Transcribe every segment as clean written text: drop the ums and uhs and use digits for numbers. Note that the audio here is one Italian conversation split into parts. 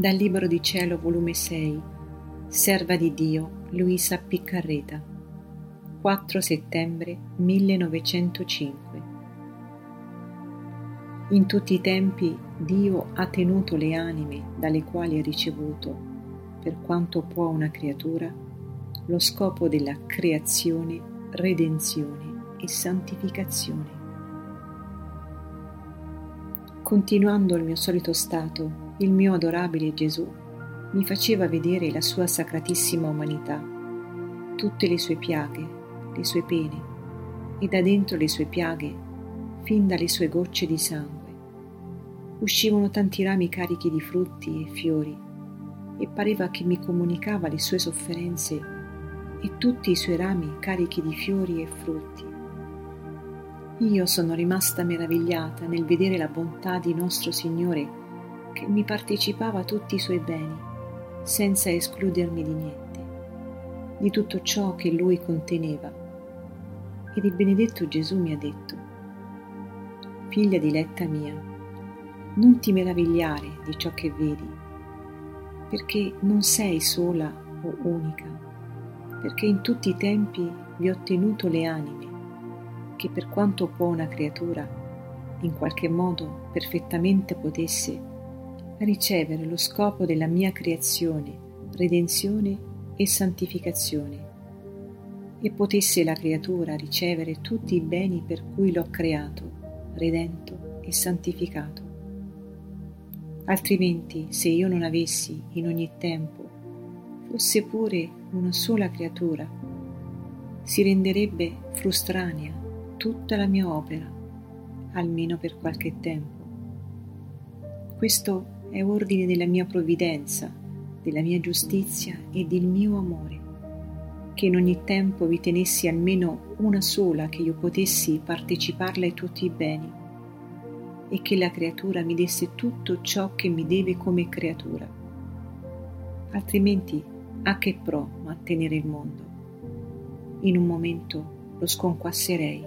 Dal Libro di Cielo, volume 6, Serva di Dio, Luisa Piccarreta, 4 settembre 1905. In tutti i tempi Dio ha tenuto le anime dalle quali ha ricevuto, per quanto può una creatura, lo scopo della creazione, redenzione e santificazione. Continuando il mio solito stato, il mio adorabile Gesù mi faceva vedere la sua sacratissima umanità, tutte le sue piaghe, le sue pene, e da dentro le sue piaghe, fin dalle sue gocce di sangue, uscivano tanti rami carichi di frutti e fiori, e pareva che mi comunicava le sue sofferenze e tutti i suoi rami carichi di fiori e frutti. Io sono rimasta meravigliata nel vedere la bontà di nostro Signore che mi partecipava tutti i suoi beni, senza escludermi di niente, di tutto ciò che Lui conteneva. Ed il benedetto Gesù mi ha detto: «Figlia diletta mia, non ti meravigliare di ciò che vedi, perché non sei sola o unica, perché in tutti i tempi vi ho tenuto le anime, che per quanto può una creatura, in qualche modo perfettamente potesse ricevere lo scopo della mia creazione, redenzione e santificazione, e potesse la creatura ricevere tutti i beni per cui l'ho creato, redento e santificato. Altrimenti, se io non avessi in ogni tempo, fosse pure una sola creatura, si renderebbe frustranea tutta la mia opera, almeno per qualche tempo. Questo è ordine della mia provvidenza, della mia giustizia e del mio amore, che in ogni tempo vi tenessi almeno una sola che io potessi parteciparle a tutti i beni, e che la creatura mi desse tutto ciò che mi deve come creatura. Altrimenti a che pro mantenere il mondo? In un momento lo sconquasserei.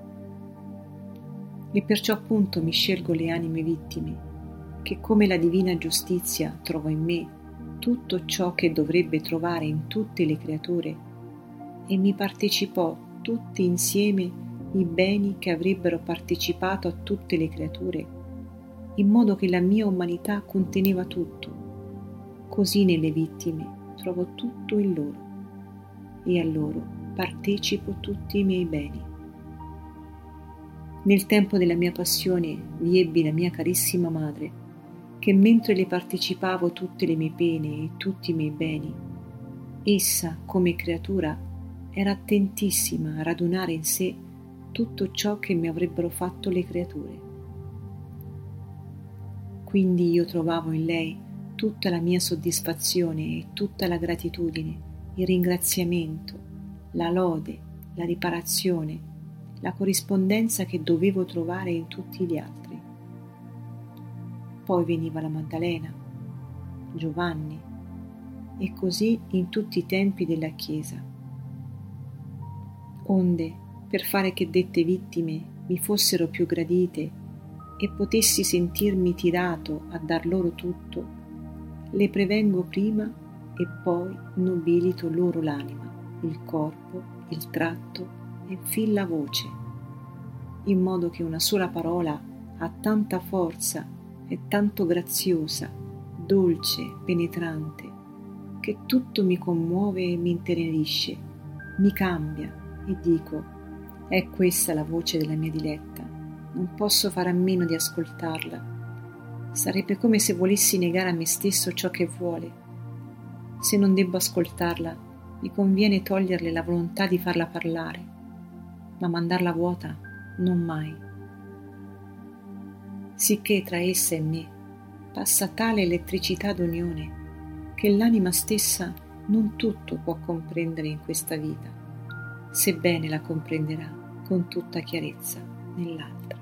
E perciò appunto mi scelgo le anime vittime, che come la divina giustizia trovo in me tutto ciò che dovrebbe trovare in tutte le creature, e mi partecipò tutti insieme i beni che avrebbero partecipato a tutte le creature, in modo che la mia umanità conteneva tutto. Così nelle vittime trovo tutto in loro, e a loro partecipo tutti i miei beni. Nel tempo della mia passione vi ebbi la mia carissima madre, che mentre le partecipavo tutte le mie pene e tutti i miei beni, essa, come creatura, era attentissima a radunare in sé tutto ciò che mi avrebbero fatto le creature. Quindi io trovavo in lei tutta la mia soddisfazione e tutta la gratitudine, il ringraziamento, la lode, la riparazione, la corrispondenza che dovevo trovare in tutti gli altri. Poi veniva la Maddalena, Giovanni, e così in tutti i tempi della Chiesa. Onde, per fare che dette vittime mi fossero più gradite e potessi sentirmi tirato a dar loro tutto, le prevengo prima e poi nobilito loro l'anima, il corpo, il tratto e fin la voce, in modo che una sola parola ha tanta forza, è tanto graziosa, dolce, penetrante, che tutto mi commuove e mi intenerisce, mi cambia, e dico: è questa la voce della mia diletta, non posso fare a meno di ascoltarla. Sarebbe come se volessi negare a me stesso ciò che vuole. Se non debbo ascoltarla, mi conviene toglierle la volontà di farla parlare, ma mandarla vuota non mai. Sicché tra essa e me passa tale elettricità d'unione che l'anima stessa non tutto può comprendere in questa vita, sebbene la comprenderà con tutta chiarezza nell'altra.